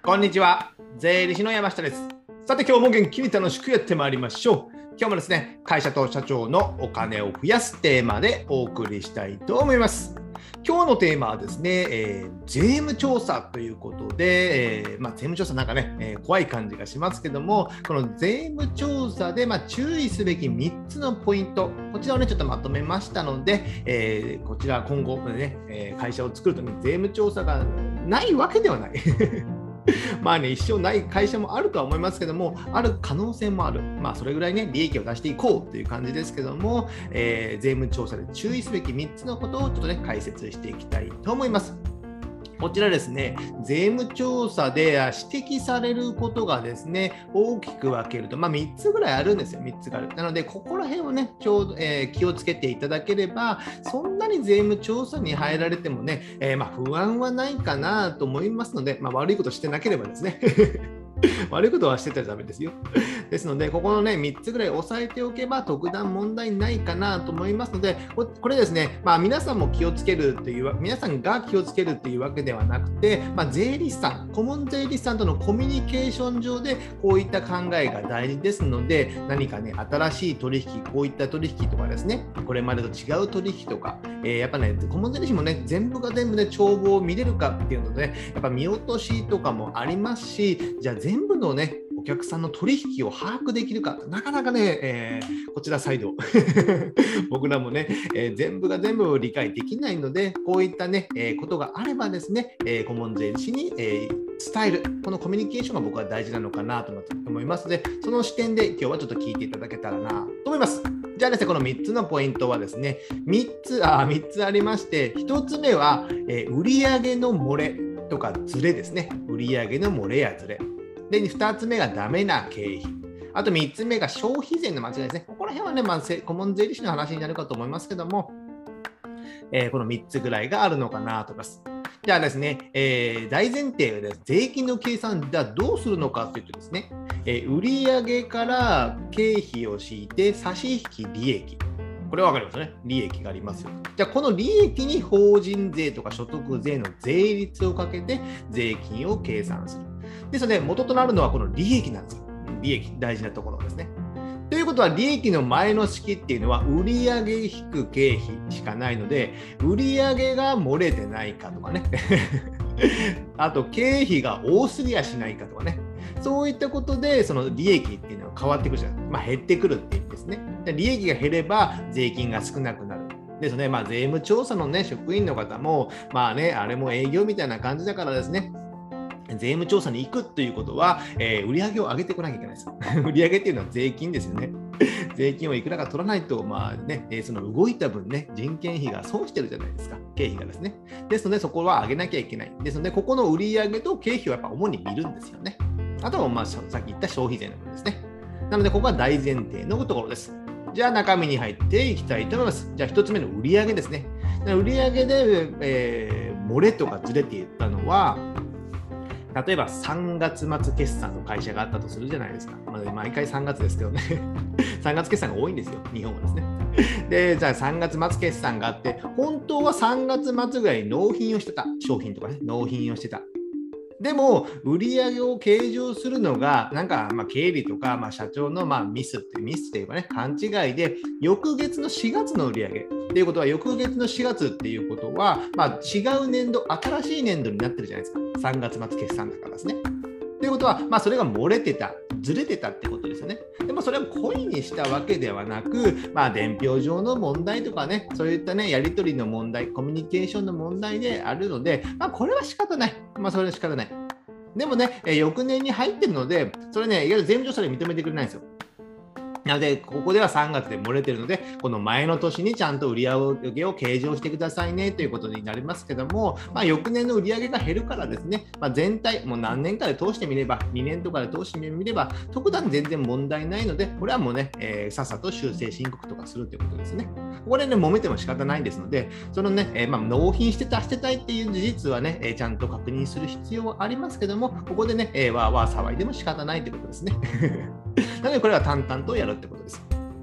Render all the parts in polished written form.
こんにちは。税理士の山下です。さて今日も元気に楽しくやってまいりましょう。今日もですね、会社と社長のお金を増やすテーマでお送りしたいと思います。今日のテーマはですね、税務調査ということで、税務調査なんかね、怖い感じがしますけども、この税務調査で注意すべき3つのポイント、こちらをね、ちょっとまとめましたので、こちら今後ね、会社を作るときに税務調査がないわけではない。一生ない会社もあるとは思いますけども、ある可能性もある。それぐらいね、利益を出していこうという感じですけども、税務調査で注意すべき3つのことをちょっとね、解説していきたいと思います。こちらですね、税務調査で指摘されることがですね、大きく分けると、3つぐらいあるんですよ、3つがある。なので、ここら辺をね、ちょうど、気をつけていただければ、そんなに税務調査に入られてもね、不安はないかなと思いますので、悪いことしてなければですね。悪いことはしてたらダメですよ。ですので、ここのね、3つぐらい押さえておけば特段問題ないかなと思いますので、これですね、皆さんも気をつけるという、皆さんが気をつけるというわけではなくて、税理士さん、顧問税理士さんとのコミュニケーション上でこういった考えが大事ですので、何かね、新しい取引、こういった取引とかですね、これまでと違う取引とか、やっぱね、顧問税理士もね、全部が全部で帳簿を見れるかっていうので、やっぱ見落としとかもありますし、じゃあ全部のね、お客さんの取引を把握できるか、なかなかね、こちらサイド、僕らもね、全部が全部理解できないので、こういったね、ことがあればですね、顧問税理士に、伝える、このコミュニケーションが僕は大事なのかなと思いますので、その視点で今日はちょっと聞いていただけたらなと思います。じゃあですね、この3つのポイントはですね、3つありまして、1つ目は、売上の漏れとかズレですね。売上の漏れやズレ。で、2つ目がダメな経費。あと3つ目が消費税の間違いですね。ここら辺はね、顧問税理士の話になるかと思いますけども、この3つぐらいがあるのかなと思います。じゃあですね、大前提はです、税金の計算ではどうするのかというとですね、売上から経費を敷いて差し引き利益。これは分かりますよね。利益がありますよ。じゃあこの利益に法人税とか所得税の税率をかけて税金を計算する。ですので、元となるのはこの利益なんですよ。利益、大事なところですね。ということは、利益の前の式っていうのは、売上引く経費しかないので、売上が漏れてないかとかね。あと、経費が多すぎやしないかとかね。そういったことで、その利益っていうのは変わってくるじゃない。減ってくるっていう意味ですね。利益が減れば、税金が少なくなる。ですね。税務調査のね、職員の方も、あれも営業みたいな感じだからですね。税務調査に行くということは、売上を上げてこなきゃいけないです。売上っていうのは税金ですよね。税金をいくらか取らないと、その動いた分ね、人件費が損してるじゃないですか、経費がですね。ですので、そこは上げなきゃいけない。ですので、ここの売上と経費をやっぱ主に見るんですよね。あとは、さっき言った消費税の部分ですね。なので、ここは大前提のところです。じゃあ、中身に入っていきたいと思います。じゃあ、1つ目の売上ですね。売上で、漏れとかずれて言ったのは、例えば3月末決算の会社があったとするじゃないですか。毎回3月ですけどね。3月決算が多いんですよ、日本はですね。で、じゃあ3月末決算があって、本当は3月末ぐらいに納品をしてた。商品とかね、納品をしてた。でも、売上を計上するのが、経理とか、社長のミスっていうかね、勘違いで、翌月の4月の売上っていうことは、翌月の4月っていうことは、違う年度、新しい年度になってるじゃないですか。3月末決算だからですね。ということは、それが漏れてた、ずれてたってことですよね。でもそれを故意にしたわけではなく、伝票上の問題とかね、そういったね、やり取りの問題、コミュニケーションの問題であるので、これは仕方ない。それは仕方ない。でもね、翌年に入ってるので、それね、いわゆる税務調査で認めてくれないんですよ。なので、ここでは3月で漏れてるので、この前の年にちゃんと売上を計上してくださいねということになりますけども、翌年の売上が減るからですね、全体、もう何年かで通してみれば、2年とかで通してみれば、特段全然問題ないので、これはもうね、さっさと修正申告とかするということですね。ここでね、揉めても仕方ないですので、そのね、納品してたいっていう事実はね、ちゃんと確認する必要はありますけども、ここでね、わーわー騒いでも仕方ないということですね。なので、これは淡々とやるってことです。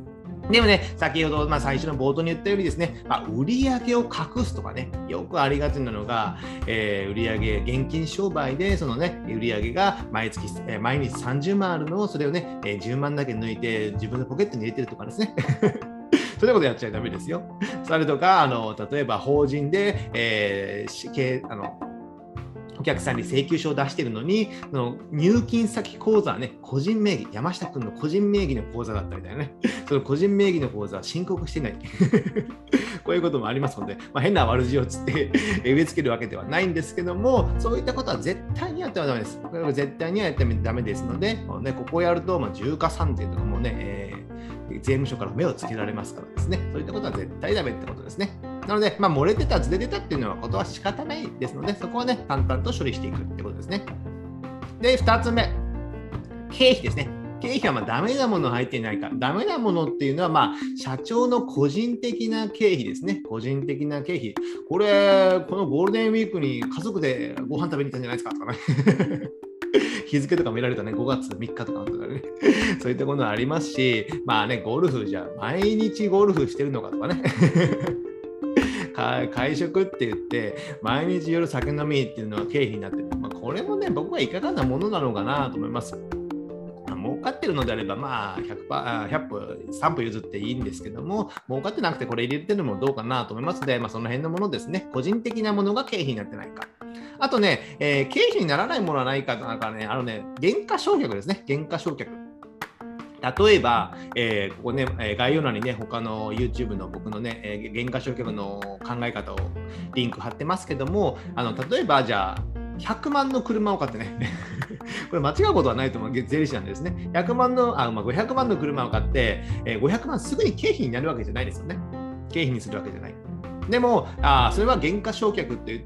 でもね、先ほど、最初の冒頭に言ったようにですね、売上を隠すとかね、よくありがちなのが、売上、現金商売で、そのね、売上が毎日30万あるのを、それをね、10万だけ抜いて、自分のポケットに入れてるとかですね。そういうことやっちゃダメですよ。それとか、例えば法人で、お客さんに請求書を出しているのに、入金先口座はね、個人名義、山下君の個人名義の口座だったみたいなね、その個人名義の口座は申告してない。こういうこともありますので、変な悪字をつって植え付けるわけではないんですけども、そういったことは絶対にやってはダメです。これは絶対にやってはダメですので、ここをやると、重加算税とかもね、税務署から目をつけられますからですね、そういったことは絶対ダメってことですね。なので、漏れてた、ずれてたっていうのはことは仕方ないですので、そこはね、淡々と処理していくってことですね。で、2つ目、経費ですね。経費はダメなもの入っていないか。ダメなものっていうのは、社長の個人的な経費ですね。個人的な経費。このゴールデンウィークに家族でご飯食べに行ったんじゃないですかとかね。日付とか見られたね、5月3日とかね、そういったことがありますし、ゴルフじゃ毎日ゴルフしてるのかとかね。会食って言って、毎日夜酒飲みっていうのは経費になってる。これもね、僕はいかがなものなのかなと思います。儲かってるのであれば、100歩、3歩譲っていいんですけども、儲かってなくてこれ入れてるのもどうかなと思いますので、その辺のものですね、個人的なものが経費になってないか。あとね、経費にならないものはないか、原価償却ですね、原価償却。例えば、ここね、概要欄にね、他の YouTube の僕のね、原価償却の考え方をリンク貼ってますけども、例えばじゃあ、100万の車を買ってね、これ間違うことはないと思う、税理士なんですね。500万の車を買って、500万すぐに経費になるわけじゃないですよね。経費にするわけじゃない。でも、それは原価償却といって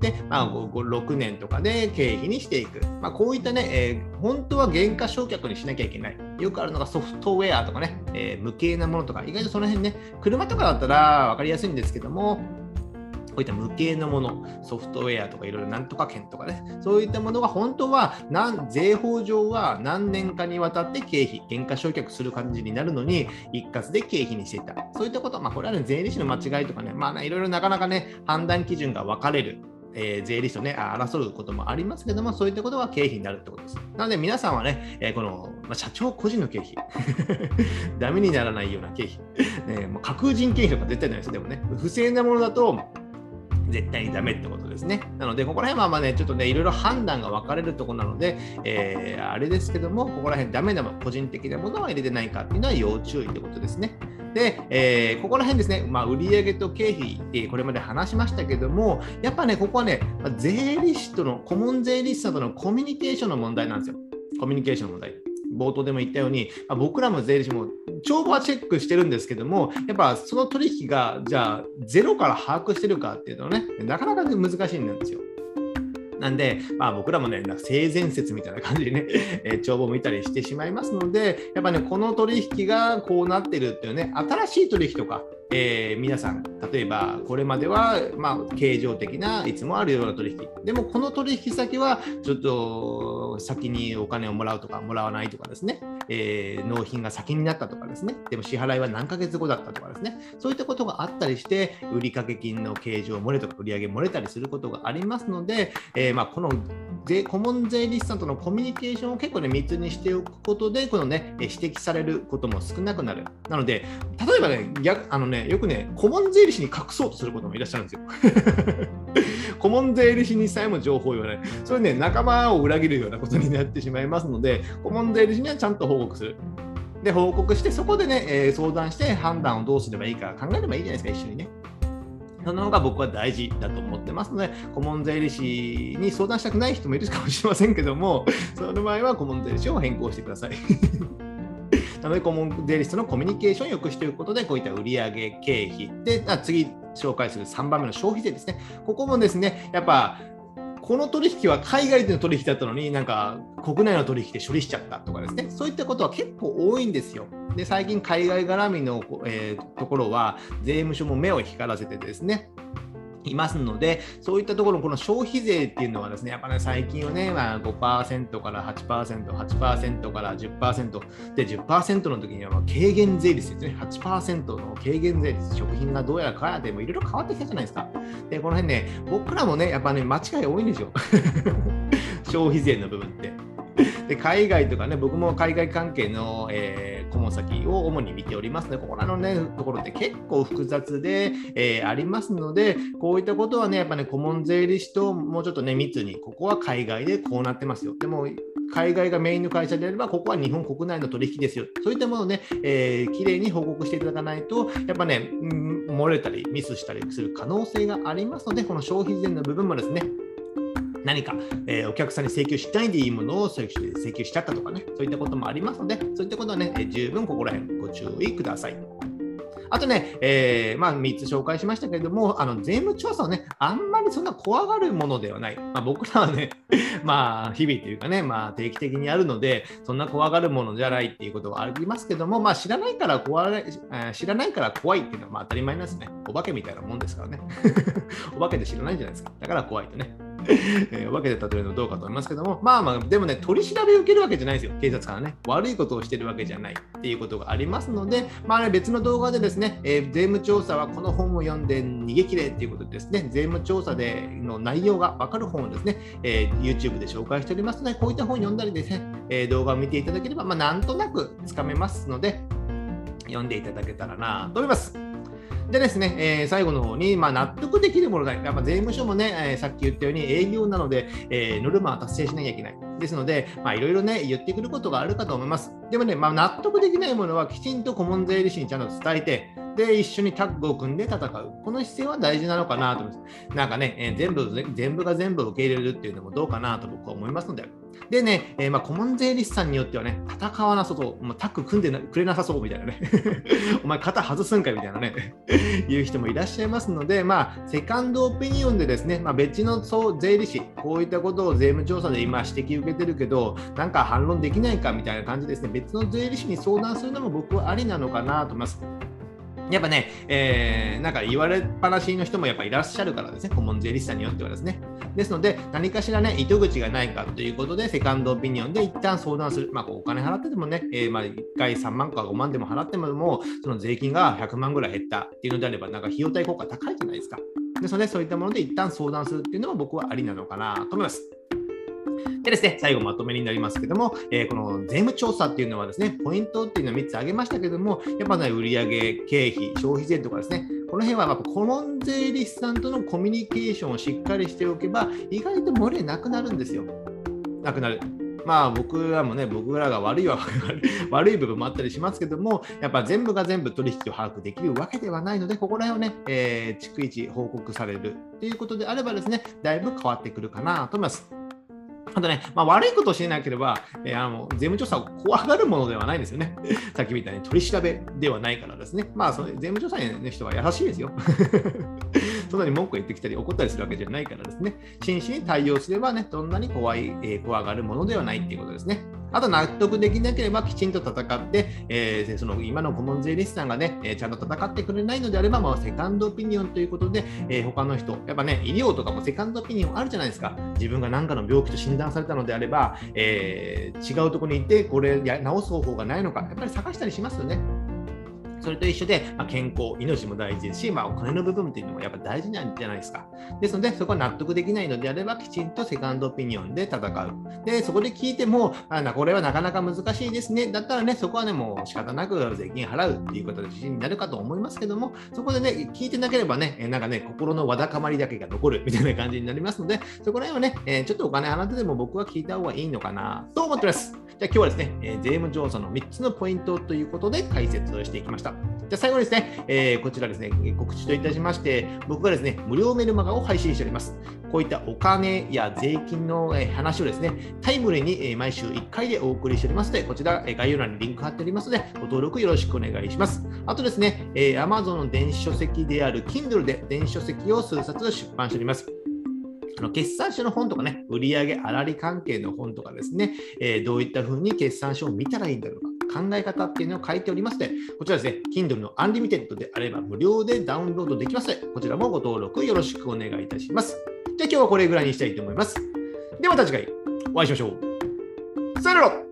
、6年とかで経費にしていく。こういったね、本当は原価償却にしなきゃいけない。よくあるのがソフトウェアとかね、無形なものとか、意外とその辺ね、車とかだったら分かりやすいんですけども、こういった無形のもの、ソフトウェアとかいろいろなんとか券とかね、そういったものが本当は税法上は何年かにわたって経費、原価償却する感じになるのに、一括で経費にしていた。そういったこと、これはね、税理士の間違いとかね、いろいろなかなかね、判断基準が分かれる。税理士とね、争うこともありますけども、そういったことは経費になるってことです。なので皆さんはね、この、社長個人の経費、ダメにならないような経費、架空人経費とか絶対ないですよ。でもね、不正なものだと、絶対にダメってことですね。なので、ここら辺はね、ちょっとね、いろいろ判断が分かれるところなので、あれですけども、ここら辺ダメな個人的なものは入れてないかっていうのは要注意ってことですね。で、ここら辺ですね、売上と経費、これまで話しましたけども、やっぱね、ここはね、税理士との、顧問税理士さんとのコミュニケーションの問題なんですよ。コミュニケーションの問題。冒頭でも言ったように、僕らも税理士も帳簿はチェックしてるんですけども、やっぱその取引がじゃあゼロから把握してるかっていうのはね、なかなか難しいんですよ。なんで、僕らもね、性善説みたいな感じでね、帳簿を見たりしてしまいますので、やっぱね、この取引がこうなってるっていうね、新しい取引とか、皆さん、例えばこれまでは、経常的ないつもあるような取引。でもこの取引先はちょっと先にお金をもらうとかもらわないとかですね、納品が先になったとかですね、でも支払いは何ヶ月後だったとかですね、そういったことがあったりして、売掛金の計上漏れとか売上漏れたりすることがありますので、この顧問税理士さんとのコミュニケーションを結構ね、密にしておくことで、このね、指摘されることも少なくなる。なので、例えばね、よくね、顧問税理士に隠そうとすることもいらっしゃるんですよ。顧問税理士にさえも情報を言わない。それね、仲間を裏切るようなことになってしまいますので、顧問税理士にはちゃんと報告する。で、報告して、そこでね、相談して判断をどうすればいいか考えればいいじゃないですか、一緒にね。その方が僕は大事だと思ってますので、顧問税理士に相談したくない人もいるかもしれませんけども、その場合は顧問税理士を変更してください。なので、顧問税理士とのコミュニケーションを良くしていくことで、こういった売上経費で、次紹介する3番目の消費税ですね。ここもですね、やっぱ、この取引は海外での取引だったのに、なんか国内の取引で処理しちゃったとかですね、そういったことは結構多いんですよ。で、最近海外絡みの、ところは税務署も目を光らせてですね、 いますので、そういったところのこの消費税っていうのはですね、やっぱね、最近はね、5% から8%、8% から10%、で、10% の時には軽減税率ですね、8% の軽減税率、食品がどうやら変わってもいろいろ変わってきたじゃないですか。で、この辺ね、僕らもね、やっぱね、間違い多いんですよ。消費税の部分って。で海外とかね、僕も海外関係の、顧問先を主に見ておりますので、ここらの、ね、ところって結構複雑で、ありますので、こういったことはね、やっぱね、顧問税理士ともうちょっとね、密に、ここは海外でこうなってますよ。でも海外がメインの会社であれば、ここは日本国内の取引ですよ。そういったものをね、きれいに報告していただかないと、やっぱね、漏れたりミスしたりする可能性がありますので、この消費税の部分もですね、何か、お客さんに請求しないでいいものを請求しちゃったとかね、そういったこともありますので、そういったことはね、十分ここら辺ご注意ください。あとね、3つ紹介しましたけれども、税務調査はね、あんまりそんな怖がるものではない。僕らはね、日々というかね、定期的にあるので、そんな怖がるものじゃないっていうことはありますけども、知らないから怖いっていうのは当たり前なんですね。お化けみたいなもんですからね。お化けで知らないんじゃないですか。だから怖いとね。お化けで例えるのどうかと思いますけども、でもね、取り調べを受けるわけじゃないですよ、警察からね。悪いことをしてるわけじゃないっていうことがありますので、別の動画でですね、税務調査はこの本を読んで逃げ切れっていうことでですね、税務調査での内容が分かる本をですね、YouTube で紹介しておりますので、こういった本を読んだりですね、動画を見ていただければ、なんとなくつかめますので、読んでいただけたらなと思います。でですね、最後の方に、納得できるものだ。やっぱ税務署もね、さっき言ったように営業なので、ノルマは達成しなきゃいけない。ですので、いろいろね、言ってくることがあるかと思います。でもね、納得できないものはきちんと顧問税理士にちゃんと伝えて、で、一緒にタッグを組んで戦う。この姿勢は大事なのかなと思います。なんかね、全部が全部受け入れるっていうのもどうかなと僕は思いますので。でね、顧問税理士さんによってはね、戦わなさそう、タッグ組んでくれなさそうみたいなね、お前肩外すんかいみたいなね、いう人もいらっしゃいますので、セカンドオピニオンでですね、別の税理士、こういったことを税務調査で今指摘受けてるけど、なんか反論できないかみたいな感じですね、別の税理士に相談するのも僕はありなのかなと思います。やっぱね、なんか言われっぱなしの人もやっぱいらっしゃるからですね、顧問税理士さんによってはですね。ですので、何かしらね、糸口がないかということで、セカンドオピニオンで一旦相談する。お金払っててもね、1回3万か5万でも払っても、その税金が100万ぐらい減ったっていうのであれば、なんか費用対効果高いじゃないですか。ですので、そういったもので一旦相談するっていうのも僕はありなのかなと思います。でですね、最後まとめになりますけども、この税務調査っていうのはですね、ポイントっていうのを3つ挙げましたけども、やっぱね、売上、経費、消費税とかですね、この辺は顧問税理士さんとのコミュニケーションをしっかりしておけば、意外と漏れなくなるんですよ。なくなる。僕らもね、僕らが悪い部分もあったりしますけども、やっぱ全部が全部取引を把握できるわけではないので、ここら辺をね、逐一報告されるということであればですね、だいぶ変わってくるかなと思います。あとね、悪いことをしなければ、税務調査を怖がるものではないんですよね。さっきみたいに取り調べではないからですね。その税務調査員の人は優しいですよ。そんなに文句言ってきたり怒ったりするわけじゃないからですね。真摯に対応すればね、どんなに怖がるものではないっていうことですね。あと納得できなければきちんと戦って、その今の顧問税理士さんがね、ちゃんと戦ってくれないのであれば、セカンドオピニオンということで、他の人、やっぱね、医療とかもセカンドオピニオンあるじゃないですか。自分が何かの病気と診断されたのであれば、違うところに行って、これ治す方法がないのか、やっぱり探したりしますよね。それと一緒で、健康、命も大事ですし、お金の部分っていうのもやっぱ大事なんじゃないですか。ですので、そこは納得できないのであれば、きちんとセカンドオピニオンで戦う。で、そこで聞いても、これはなかなか難しいですね。だったらね、そこはね、もう仕方なく税金払うっていう形になるかと思いますけども、そこでね、聞いてなければね、なんかね、心のわだかまりだけが残るみたいな感じになりますので、そこら辺はね、ちょっとお金払ってでも僕は聞いた方がいいのかなと思ってます。じゃあ今日はですね、税務調査の3つのポイントということで解説をしていきました。じゃあ最後にですね、こちらですね、告知といたしまして、僕がですね、無料メルマガを配信しております。こういったお金や税金の話をですね、タイムリーに毎週1回でお送りしておりますので、こちら概要欄にリンク貼っておりますので、ご登録よろしくお願いします。あとですね、Amazon の電子書籍である Kindle で電子書籍を数冊出版しております。決算書の本とかね、売上粗利関係の本とかですね、どういったふうに決算書を見たらいいんだろうか、 考え方っていうのを書いておりますので、こちらですね、Kindle の Unlimited であれば無料でダウンロードできますので、こちらもご登録よろしくお願いいたします。じゃあ今日はこれぐらいにしたいと思います。ではまた次回お会いしましょう。さよなら。